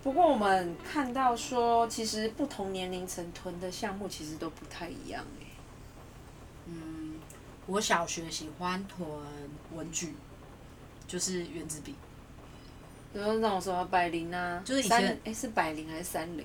不过我们看到说，其实不同年龄层囤的项目其实都不太一样哎。 我小学喜欢囤文具，就是原子笔， 比如说那种什么百灵啊， 就是以前是百灵还是30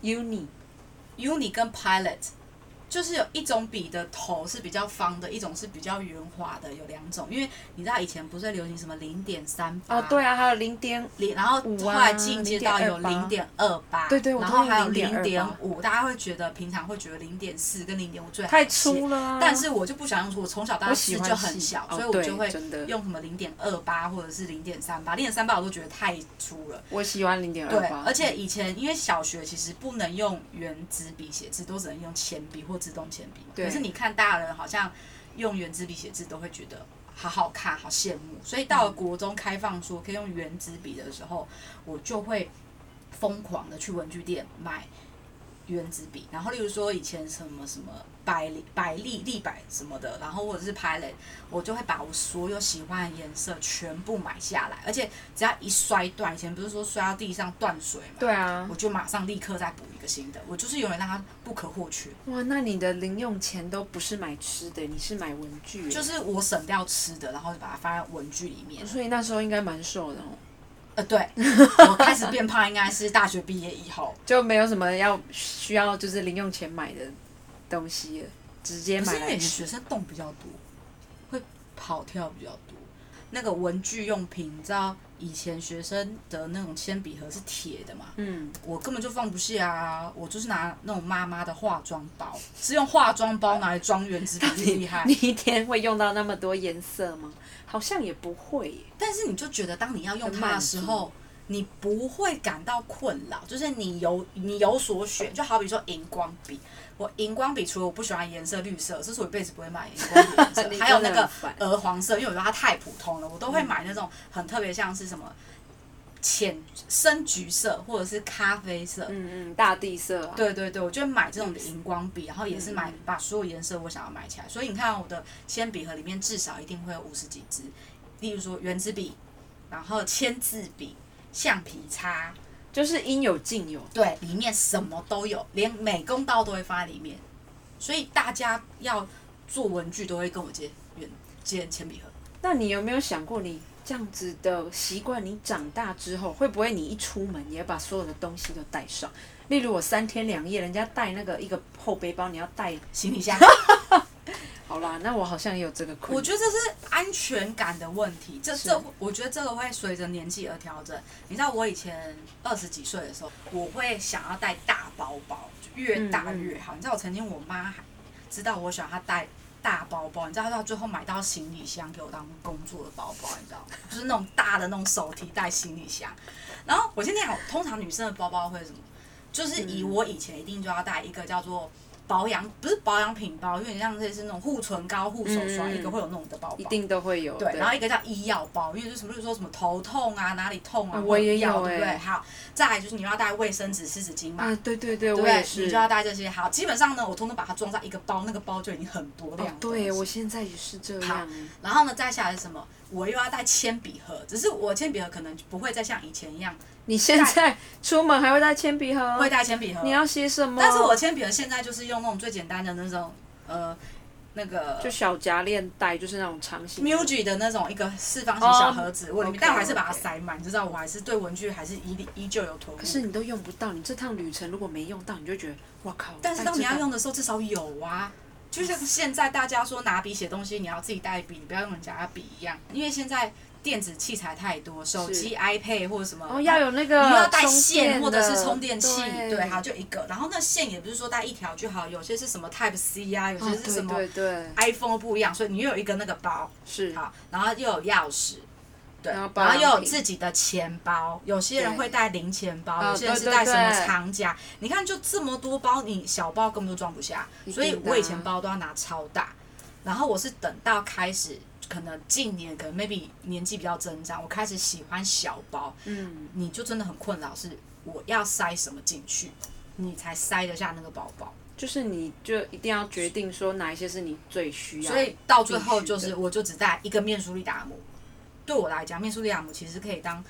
？Uni 跟 Pilot， 就是有一种笔的头是比较方的，一种是比较圆滑的，有两种。因为你知道以前不是流行什么0.38 哦，对啊，还有0.5， 然后后来进阶到有0.28， 对对， 然后还有 0.5， 0.5，大家会觉得平常会觉得0.4跟0.5最好太粗了啊。 但是我就不想用粗，我从小到大字就很小，所以我就会用什么0.28或者是0.38，0.38我都觉得太粗了。 我喜欢0.28。 对，而且以前因为小学其实不能用圆珠笔写字，都只能用铅笔或自动铅笔嘛。可是你看大人好像用圆珠笔写字都会觉得好好看，好羡慕。所以到了国中开放说可以用圆珠笔的时候，我就会疯狂的去文具店买圆珠笔。然后例如说以前什么什么百利立百什么的，然后或者是 Pilot， 我就会把我所有喜欢的颜色全部买下来，而且只要一摔断，以前不是说摔到地上断水嘛？ 对啊， 我就马上立刻再补一个新的，我就是永远让它不可或缺。 哇，那你的零用钱都不是买吃的，你是买文具。 就是我省掉吃的，然后就把它放在文具里面。 所以那时候应该蛮瘦的哦。 对，我开始变胖应该是大学毕业以后， 就没有什么需要就是零用钱买的东西了，直接买来吃。 可是因为学生动比较多，会跑跳比较多。那个文具用品，你知道以前学生的那种铅笔盒是铁的嘛？我根本就放不下啊！我就是拿那种妈妈的化妆包，是用化妆包拿来装圆珠笔，厉害。 你一天会用到那么多颜色吗？好像也不会耶。 但是你就觉得，当你要用它的时候，你不会感到困扰，就是你有所选。就好比说荧光笔，我荧光笔除了我不喜欢颜色绿色，这是我一辈子不会买荧光笔颜色，还有那个鹅黄色，因为我觉得它太普通了，我都会买那种很特别，像是什么深橘色或者是咖啡色， 大地色啊。 对对对，我就会买这种的荧光笔，然后也是把所有颜色我想要买起来。所以你看我的铅笔盒里面至少一定会有50几支，例如说圆珠笔，然后签字笔、橡皮擦， 就是应有尽有。 对，里面什么都有，连美工刀都会放在里面。所以大家要做文具都会跟我借铅笔盒。 那你有没有想过，你这样子的习惯，你长大之后会不会你一出门也把所有的东西都带上？例如我3天2夜，人家带那个一个后背包，你要带行李箱。 好啦，那我好像也有这个困扰。 我觉得这是安全感的问题，我觉得这个会随着年纪而调整。你知道我以前20几岁的时候，我会想要带大包包，越大越好。你知道我曾经我妈还知道我喜欢她带大包包，你知道她到最后买到行李箱给我当工作的包包，你知道吗？就是那种大的那种手提袋行李箱。然后我先讲，通常女生的包包会什么？就是以我以前一定就要带一个叫做不是保养品包，有点像类似那种护唇膏、护手霜，一个会有那种的包包， 一定都会有。 对，然后一个叫医药包，因为就是比如说什么头痛啊、哪里痛啊， 我也有对不对？好，再来就是你要带卫生纸、湿纸巾嘛。 对对对，我也是。 你就要带这些。好，基本上呢，我通通把它装在一个包，那个包就已经很多量。 对，我现在也是这样。 然后呢，再下来是什么？我又要带铅笔盒，只是我铅笔盒可能不会再像以前一样。 你现在出门还会带铅笔盒？ 会带铅笔盒。 你要写什么？ 但是我铅笔盒现在就是用那种最简单的那种那个就小夹链袋，就是那种长形 Muji 的那种一个4方形小盒子，我里面，但我还是把它塞满，你知道我还是对文具还是依旧有投入。 可是你都用不到，你这趟旅程如果没用到，你就觉得哇靠！ 但是当你要用的时候，至少有啊。就像现在大家说拿笔写东西，你要自己带笔，你不要用人家的笔一样，因为现在电子器材太多，手机、iPad 或者什么， 要有那个你要带线或者是充电器， 对， 好就一个。然后那线也不是说带一条就好，有些是什么 Type C 啊，有些是什么 iPhone 不一样，所以你又有一个那个包， 是好，然后又有钥匙。对，然后又有自己的钱包，有些人会带零钱包，有些人是带什么长夹。你看，就这么多包，你小包根本都装不下。所以我以前包都要拿超大，然后我是等到开始，可能近年可能 maybe 年纪比较增长，我开始喜欢小包。你就真的很困扰，是我要塞什么进去，你才塞得下那个包包。 就是你就一定要决定说哪一些是你最需要。 所以到最后就是，我就只带一个面舒利达姆。对我来讲，面舒利达姆其实可以当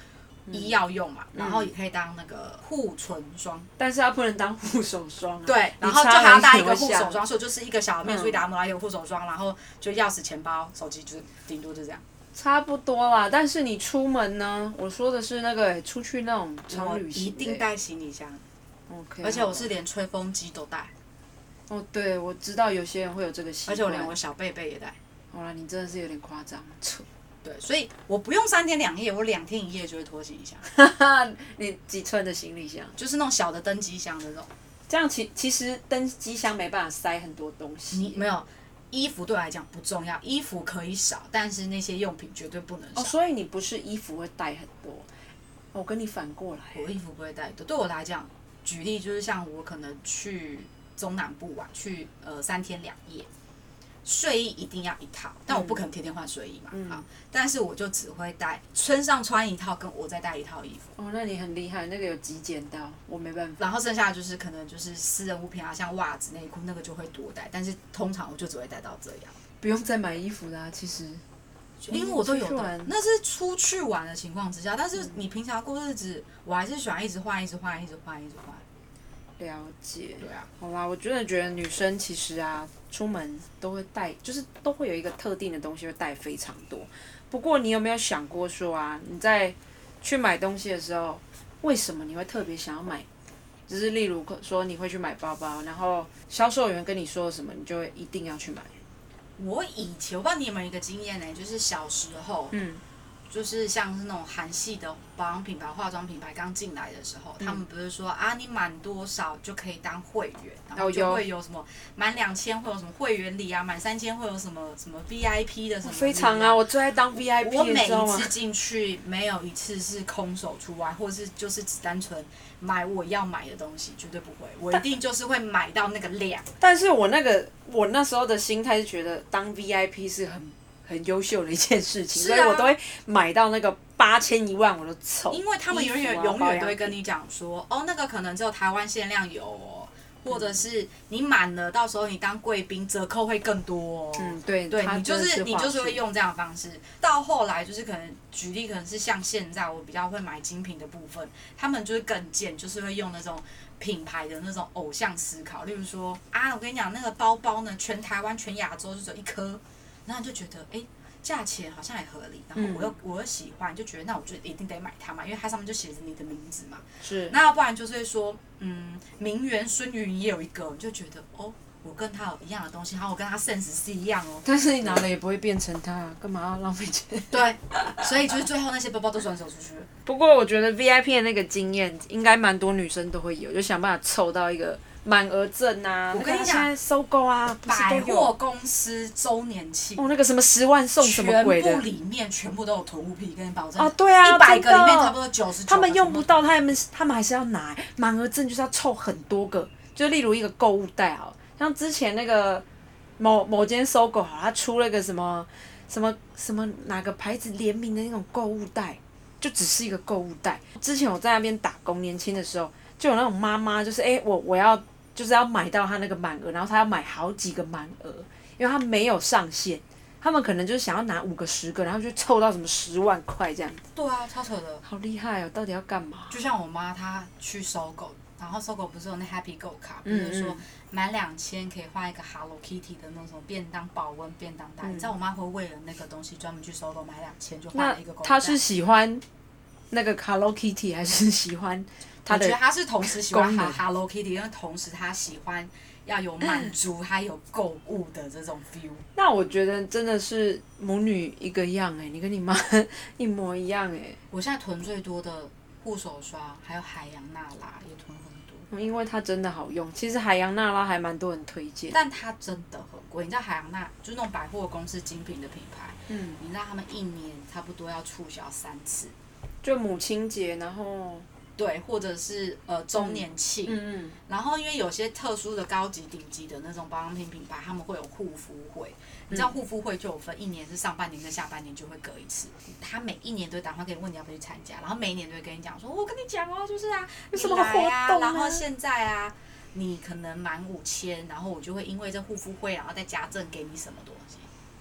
医药用嘛，然后也可以当那个护唇霜， 但是它不能当护手霜啊。 对，然后就还要带一个护手霜，所以就是一个小面珠达摩拉一个护手霜，然后就钥匙、钱包、手机，就是顶多就这样。 差不多啦，但是你出门呢？我说的是那个出去那种长旅行， 一定带行李箱。 OK， 而且我是连吹风机都带。 哦，对，我知道有些人会有这个习惯。 而且我连我小贝贝也带。 好啦，你真的是有点夸张，扯。 对，所以我不用3天2夜，我2天1夜就会拖行李箱。 你几寸的行李箱？ 就是那种小的登机箱那种。 这样其实登机箱没办法塞很多东西。 你没有。衣服对我来讲不重要，衣服可以少，但是那些用品绝对不能少。 哦，所以你不是衣服会带很多，我跟你反过来。 我衣服不会带多，对我来讲，举例就是像我可能去中南部玩，去3天2夜，睡衣一定要一套，但我不可能天天换睡衣嘛，好，但是我就只会带身上穿一套，跟我再带一套衣服。 哦，那你很厉害，那个有极简到，我没办法。 然后剩下就是可能就是私人物品啊，像袜子、内裤那个就会多带，但是通常我就只会带到这样。 不用再买衣服啦，其实。 因为我都有的，那是出去玩的情况之下，但是你平常过日子，我还是喜欢一直换，一直换，一直换，一直换。 了解。 对啊。 好啦，我真的觉得女生其实啊，出门都会带，就是都会有一个特定的东西会带非常多。不过你有没有想过说啊，你在去买东西的时候，为什么你会特别想要买？就是例如说你会去买包包，然后销售员跟你说什么，你就会一定要去买。 我以前我不知道你有没有一个经验呢，就是小时候，就是像是那种韩系的保养品牌、化妆品牌刚进来的时候，他们不是说啊，你满多少就可以当会员，然后就会有什么满2000会有什么会员礼啊，满3000会有什么什么 VIP 的什么。 非常啊，我最爱当 VIP 我每一次进去没有一次是空手出来，或是就是只单纯买我要买的东西，绝对不会，我一定就是会买到那个量。 但是我那时候的心态是觉得当 VIP 是很优秀的一件事情，所以我都会买到那个8000、10000我都凑。 因为他们永远都会跟你讲说，哦，那个可能只有台湾限量有哦，或者是你满了，到时候你当贵宾折扣会更多哦。 对， 你就是会用这样的方式。到后来就是可能举例，可能是像现在我比较会买精品的部分，他们就是更贱，就是会用那种品牌的那种偶像思考，例如说啊，我跟你讲那个包包呢，全台湾全亚洲就只有1颗。然后你就觉得，价钱好像也合理，然后我又喜欢，就觉得那我就一定得买它嘛，因为它上面就写着你的名字嘛。 是。 那要不然就是会说，名媛孙云也有一个，就觉得哦，我跟他有一样的东西，然后我跟他 sense 是一样哦。 但是你拿了也不会变成他，干嘛要浪费钱？ 对，所以就是最后那些包包都转手出去了。 不过我觉得 VIP 的那个经验，应该蛮多女生都会有，就想办法凑到一个满额赠啊！ 我跟你讲， 现在收购啊， 百货公司周年庆那个什么10万送什么鬼的， 全部里面全部都有囤物癖，跟你保证。 哦，对啊 ，100个里面差不多99。 他们用不到，他们还是要拿满额赠，就是要凑很多个。就例如一个购物袋好，像之前那个某间搜狗好，他出了个什么哪个牌子联名的那种购物袋，就只是一个购物袋。之前我在那边打工，年轻的时候就有那种妈妈，就是我要。就是要买到他那个满额，然后他要买好几个满额，因为他没有上限，他们可能就是想要拿5个10个，然后就凑到什么10万块这样子。 对啊，超扯的。 好厉害哦！到底要干嘛？ 就像我妈她去搜狗，然后搜狗不是有那 Happy Go 卡，比如说满2000可以换一个 Hello Kitty 的那种便当保温便当袋。你知道我妈会为了那个东西专门去搜狗买2000就换了一个购物袋。 她是喜欢那个 Hello Kitty 还是喜欢？ 我觉得他是同时喜欢 Hello Kitty， 因为同时他喜欢要有满足他有购物的这种 feel。 那我觉得真的是母女一个样你跟你妈一模一样我现在囤最多的护手霜，还有海洋娜拉也囤很多。 因为它真的好用，其实海洋娜拉还蛮多人推荐， 但它真的很贵。你知道海洋娜就是那种百货公司精品的品牌，你知道他们1年差不多要促销3次， 就母亲节，然后。 对，或者是周年庆，然后因为有些特殊的高级顶级的那种保养品品牌，他们会有护肤会，你知道护肤会就有分1年是上半年跟下半年就会隔一次，他每1年都会打电话给你问你要不要去参加，然后每1年都会跟你讲说，我跟你讲哦，就是啊，你来啊，然后现在啊，你可能满5000，然后我就会因为这护肤会，然后再加赠给你什么东西。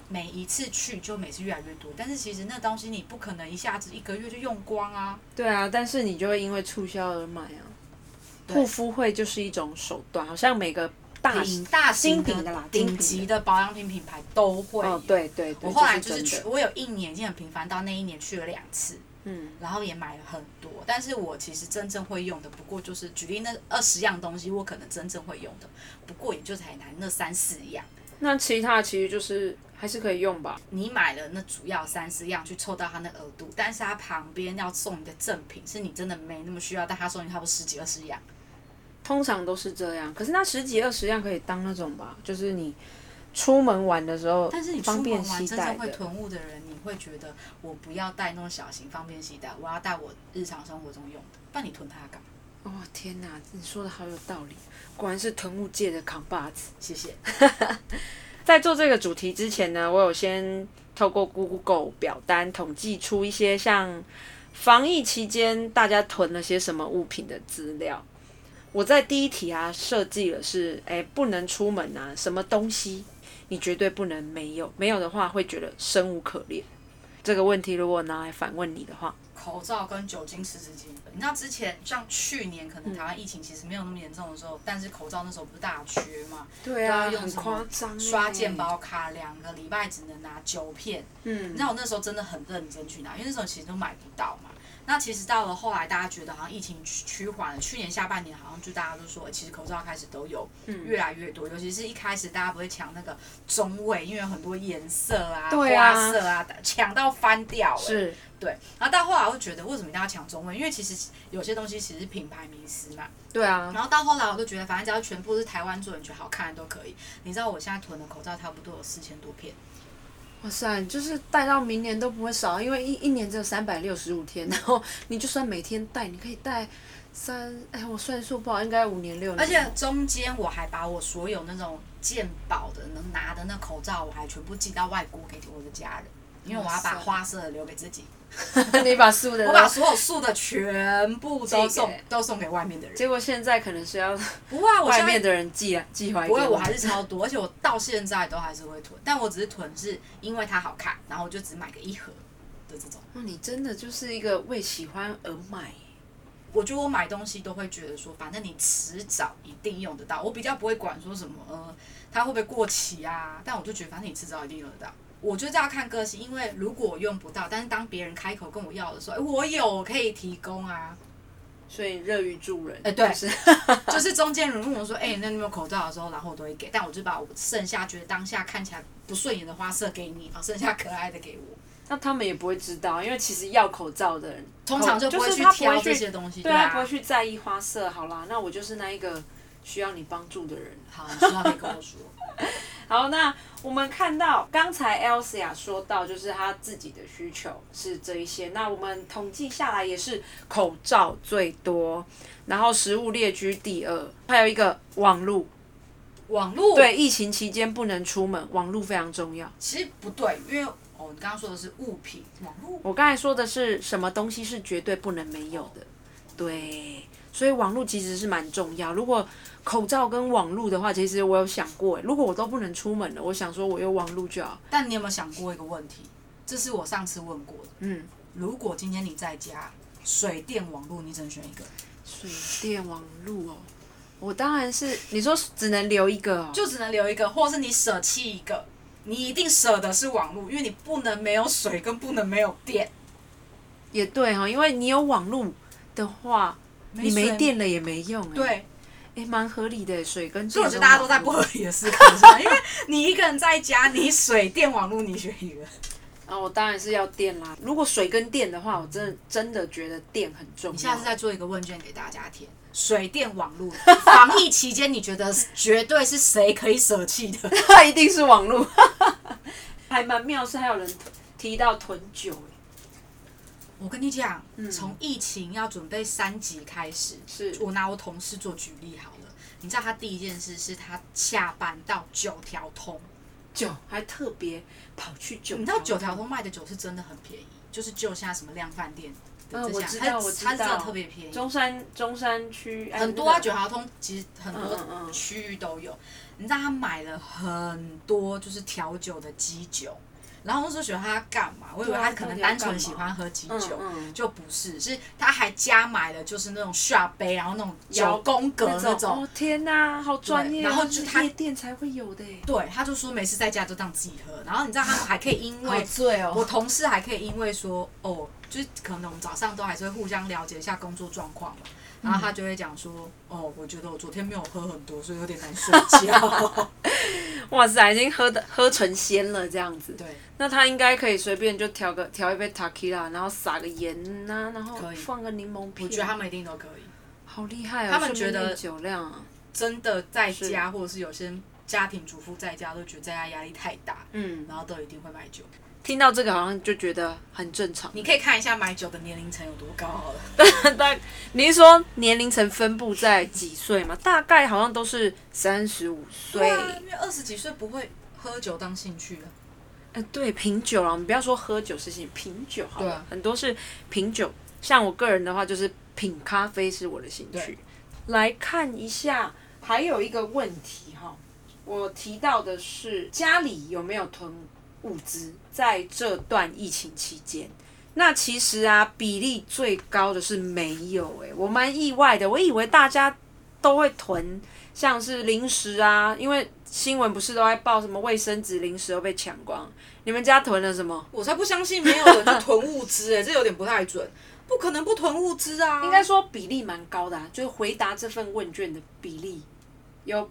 每一次去就每次越来越多，但是其实那东西你不可能一下子1个月就用光啊。 对啊，但是你就会因为促销而买啊。护肤会就是一种手段，好像每个大型的顶级的保养品品牌都会。 哦，对对对。 我后来就是去，我有1年已经很频繁到那一年去了2次。然后也买了很多，但是我其实真正会用的，不过就是举例那20样东西，我可能真正会用的，不过也就才拿那3、4样。 那其他其实就是还是可以用吧。 你买了那主要3、4样去凑到它那额度，但是它旁边要送你的赠品是你真的没那么需要，但它送你差不多10几20样。 通常都是这样，可是那10几20样可以当那种吧，就是你出门玩的时候， 但是你出门玩真正会囤物的人，你会觉得我不要带那种小型方便携带，我要带我日常生活中用的，不然你囤它干嘛？ 哦天哪，你说的好有道理，果然是囤物界的扛把子。 谢谢。 在做这个主题之前呢，我有先透过 Google 表单统计出一些像防疫期间大家囤了些什么物品的资料。我在第一题啊设计了是，不能出门啊，什么东西你绝对不能没有，没有的话会觉得生无可恋。这个问题如果拿来反问你的话， 口罩跟酒精湿纸巾。你知道之前像去年可能台湾疫情其实没有那么严重的时候，但是口罩那时候不是大缺嘛？ 对啊， 都要用什么很夸张， 刷健保卡2个礼拜只能拿9片。你知道我那时候真的很认真去拿，因为那时候其实都买不到嘛。那其实到了后来，大家觉得好像疫情趋缓了，去年下半年好像就大家都说，其实口罩开始都有越来越多，尤其是一开始大家不会抢那个中位，因为有很多颜色啊、花色啊，抢到翻掉了。 是， 对。然后到后来我就觉得，为什么一定要抢中位？因为其实有些东西其实是品牌迷思嘛。 对啊。 然后到后来我就觉得，反正只要全部是台湾做，你觉得好看的都可以。你知道我现在囤的口罩差不多有4000多片。 哇塞，就是戴到明年都不会少，因为一年只有365天，然后你就算每天戴，你可以戴我算数不好，应该5年6年。 而且中间我还把我所有那种健保的能拿的那口罩，我还全部寄到外国给我的家人，因为我要把花色的留给自己。 你把素的， 我把所有素的全部都送给外面的人。 结果现在可能是要不会啊， 外面的人寄回来。 不会，我还是超多，而且我到现在都还是会囤，但我只是囤是因为它好看，然后我就只买个1盒的这种。 你真的就是一个为喜欢而买。 我觉得我买东西都会觉得说，反正你迟早一定用得到，我比较不会管说什么它会不会过期啊，但我就觉得反正你迟早一定用得到。我觉得这要看个性，因为如果我用不到，但是当别人开口跟我要的时候，我有可以提供啊。 所以乐于助人。 对，就是中间人问我说，那你有没有口罩的时候，然后我都会给，但我就把我剩下觉得当下看起来不顺眼的花色给你，然后剩下可爱的给我。 那他们也不会知道，因为其实要口罩的人通常就不会去挑这些东西， 对啊，不会去在意花色。好啦，那我就是那一个需要你帮助的人。 好，你需要可以跟我说。 好，那我们看到刚才 Elsa 说到，就是她自己的需求是这一些。那我们统计下来也是口罩最多，然后食物列居第2，还有一个网路。 网路对，疫情期间不能出门，网路非常重要。 其实不对，因为你刚刚说的是物品，网路。 我刚才说的是什么东西是绝对不能没有的，对。所以网路其实是蛮重要。如果口罩跟网路的话，其实我有想过，如果我都不能出门了，我想说我有网路就好。 但你有没有想过一个问题？这是我上次问过的。如果今天你在家，水电网路你只能选一个。 水电网路我当然是你说只能留一个就只能留一个，或是你舍弃一个，你一定舍的是网路，因为你不能没有水，跟不能没有电。 也对因为你有网路的话，你没电了也没用对。 蛮合理的，水跟电。 所以我觉得大家都在不合理的思考上，因为你一个人在家，你水电网路你选一个。 我当然是要电啦。如果水跟电的话，我真的觉得电很重要。 你下次再做一个问卷给大家填，水电网路，防疫期间你觉得绝对是谁可以舍弃的？ 一定是网路。还蛮妙是还有人提到囤酒。 我跟你讲，从疫情要准备3级开始，我拿我同事做举例好了。你知道他第一件事是他下班到9条通， 还特别跑去9条通。 你知道9条通卖的酒是真的很便宜，就是就像什么量贩店的这项， 我知道， 它真的特别便宜。 中山区很多啊，九条通其实很多区域都有。你知道他买了很多就是调酒的基酒。然后那时候觉得他要干嘛？我以为他可能单纯喜欢喝基酒，就不是，是他还加买了就是那种下杯，然后那种9宫格那种。 哦天哪，好专业！ 然后就他夜店才会有的。 对，他就说没事在家就当自己喝。然后你知道他们还可以因为我同事还可以因为说就是可能我们早上都还是会互相了解一下工作状况嘛。然后他就会讲说，我觉得我昨天没有喝很多，所以有点难睡觉。 哇塞，已经喝成仙了这样子。 对。 那他应该可以随便就调一杯 Tequila， 然后撒个盐啊，然后放个柠檬片。 我觉得他们一定都可以。 好厉害哦！ 他们觉得酒量啊， 真的在家或者是有些家庭主妇在家都觉得在家压力太大，然后都一定会买酒。 听到这个好像就觉得很正常。 你可以看一下买酒的年龄层有多高好了。 你是说年龄层分布在几岁吗？大概好像都是35岁。 对啊，因为20几岁不会喝酒当兴趣了。 对，品酒啦，我们不要说喝酒事情，品酒好了，很多是品酒。像我个人的话，就是品咖啡是我的兴趣。来看一下，还有一个问题哈，我提到的是家里有没有囤物资，在这段疫情期间。那其实啊，比例最高的是没有我蛮意外的，我以为大家都会囤，像是零食啊，因为新闻不是都在报什么卫生纸、零食都被抢光，你们家囤了什么？ 我才不相信没有人就囤物资这有点不太准，不可能不囤物资啊。 应该说比例蛮高的啊，就是回答这份问卷的比例，有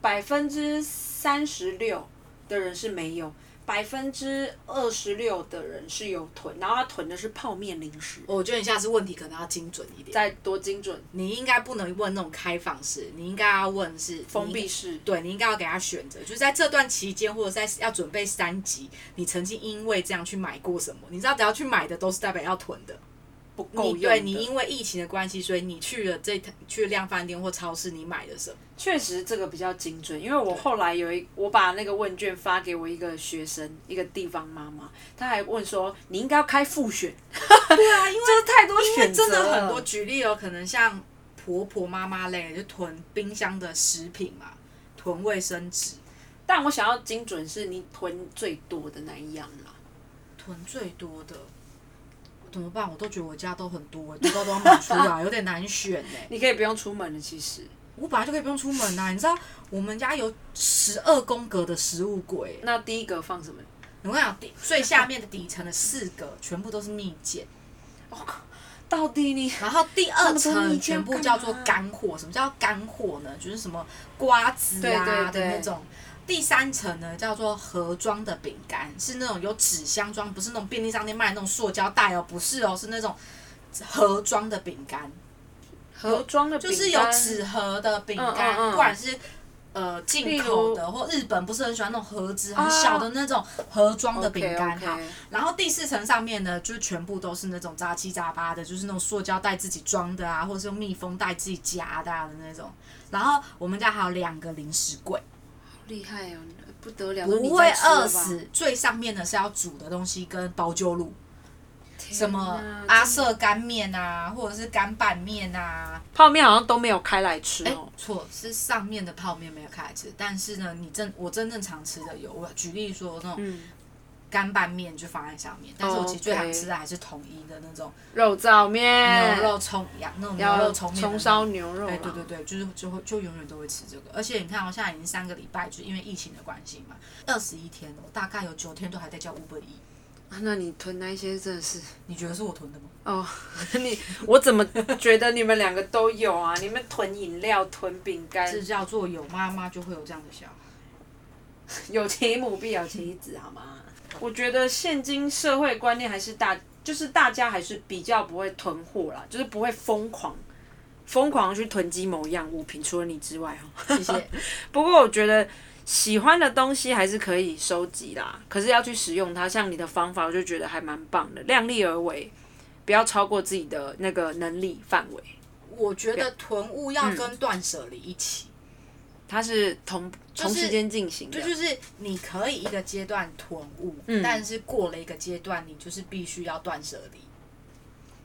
36%的人是没有。26%的人是有囤，然后他囤的是泡面零食。 我觉得你下次问题可能要精准一点。 再多精准？ 你应该不能问那种开放式，你应该要问是封闭式。 对，你应该要给他选择，就是在这段期间或者在要准备3级，你曾经因为这样去买过什么？你知道，只要去买的都是代表要囤的。 不够用的。 对，你因为疫情的关系，所以你去了量贩店或超市，你买了什么？ 确实这个比较精准，因为我后来我把那个问卷发给我一个学生，一个地方妈妈，她还问说你应该要开复选。 对啊，因为就是太多选择了， 因为真的很多。举例可能像婆婆妈妈类就囤冰箱的食品嘛，囤卫生纸。 但我想要精准是你囤最多的那一样啦。 囤最多的。怎么办？我都觉得我家都很多，都要买出来，有点难选你可以不用出门了，其实。 我本来就可以不用出门啊，你知道我们家有12宫格的食物柜。 那第一格放什么？ 我跟你讲，最下面的底层的4格全部都是蜜饯。 到底你？ 然后第2层全部叫做干货。什么叫干货呢？就是什么瓜子啊的那种。第3层呢叫做盒装的饼干，是那种有纸箱装，不是那种便利商店卖的那种塑胶袋不是是那种盒装的饼干。 盒装的饼干就是有纸盒的饼干，不管是进口的或日本不是很喜欢那种盒子很小的那种盒装的饼干哈。然后第4层上面呢，就全部都是那种杂七杂八的，就是那种塑胶袋自己装的啊，或者是用密封袋自己夹的那种。然后我们家还有2个零食柜。 厉害哦，不得了！ 不会饿死。最上面的是要煮的东西跟包揪露，什么阿舍干面啊，或者是干拌面啊。 泡面好像都没有开来吃错，是上面的泡面没有开来吃，但是呢，我真正常吃的有，我举例说那种干拌面就放在上面，但是我其实最常吃的还是统一的那种肉燥面、 牛肉葱那种牛肉葱面、 葱烧牛肉。 对，就永远都会吃这个。而且你看现在已经3个礼拜，就是因为疫情的关系嘛，21天了，我大概有9天都还在叫 Uber Eats。 那你囤那些真的是？ 你觉得是我囤的吗？ 我怎么觉得你们2个都有啊？你们囤饮料、囤饼干， 这叫做有妈妈就会有这样的小孩。 有其母必有其子，好吗？我觉得现今社会观念还是就是大家还是比较不会囤货啦，就是不会疯狂去囤积某一样物品，除了你之外谢谢。 不过我觉得喜欢的东西还是可以收集啦，可是要去使用它。像你的方法，我就觉得还蛮棒的，量力而为，不要超过自己的那个能力范围。 我觉得囤物要跟断舍离一起。 它是同时间进行的， 就是你可以一个阶段囤物，但是过了一个阶段，你就是必须要断舍离。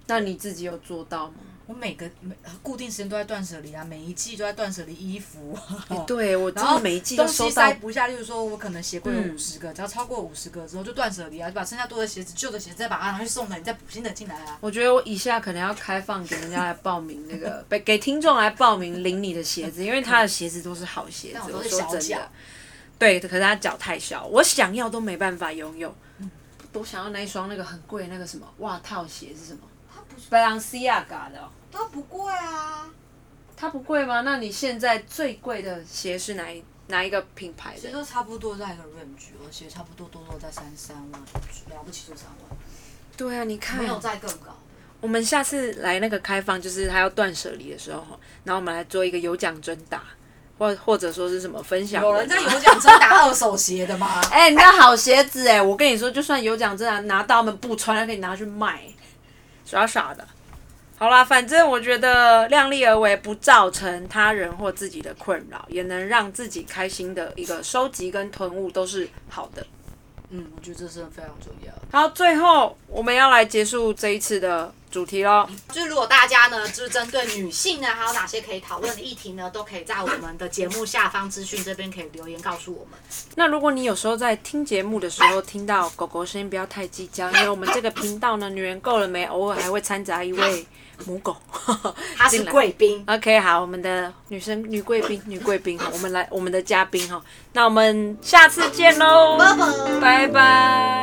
那你自己有做到吗？ 我每固定时间都在断舍离啊，每一季都在断舍离衣服。 对，我真的每一季都收到。 东西塞不下，例如说我可能鞋柜有50个，只要超过50个之后就断舍离啊，就把剩下多的鞋子、旧的鞋子再把它拿去送人，你再补新的进来啊。 我觉得我以下可能要开放给人家来报名那个，给听众来报名领你的鞋子，因为他的鞋子都是好鞋子。 我说真的。 对，可是他脚太小，我想要都没办法拥有。多想要那一双那个很贵那个什么袜套鞋是什么？它不是 Balenciaga 的。 它不贵啊。 它不贵吗？那你现在最贵的鞋是哪一个品牌的？ 其实都差不多在一个 range， 我的鞋差不多都落在3万，了不起就3万。 对啊，你看。 没有再更高。 我们下次来那个开放，就是他要断舍离的时候，然后我们来做一个有奖征答。或者说是什么分享？ 有人在有奖征答2手鞋的吗？ 你那好鞋子我跟你说，就算有奖征答拿到他们不穿，还可以拿去卖，傻傻的。好啦，反正我觉得量力而为，不造成他人或自己的困扰，也能让自己开心的一个收集跟囤物都是好的。 我觉得这是非常重要。 好，最后我们要来结束这一次的主题咯。 就是如果大家呢，就是针对女性呢，还有哪些可以讨论的议题呢，都可以在我们的节目下方资讯这边可以留言告诉我们。 那如果你有时候在听节目的时候听到狗狗声音，不要太计较，因为我们这个频道呢，女人够了没，偶尔还会掺杂一位母狗， 她是贵宾。 OK， 好，我们的女贵宾，我们的嘉宾哈，那我们下次见喽，拜拜。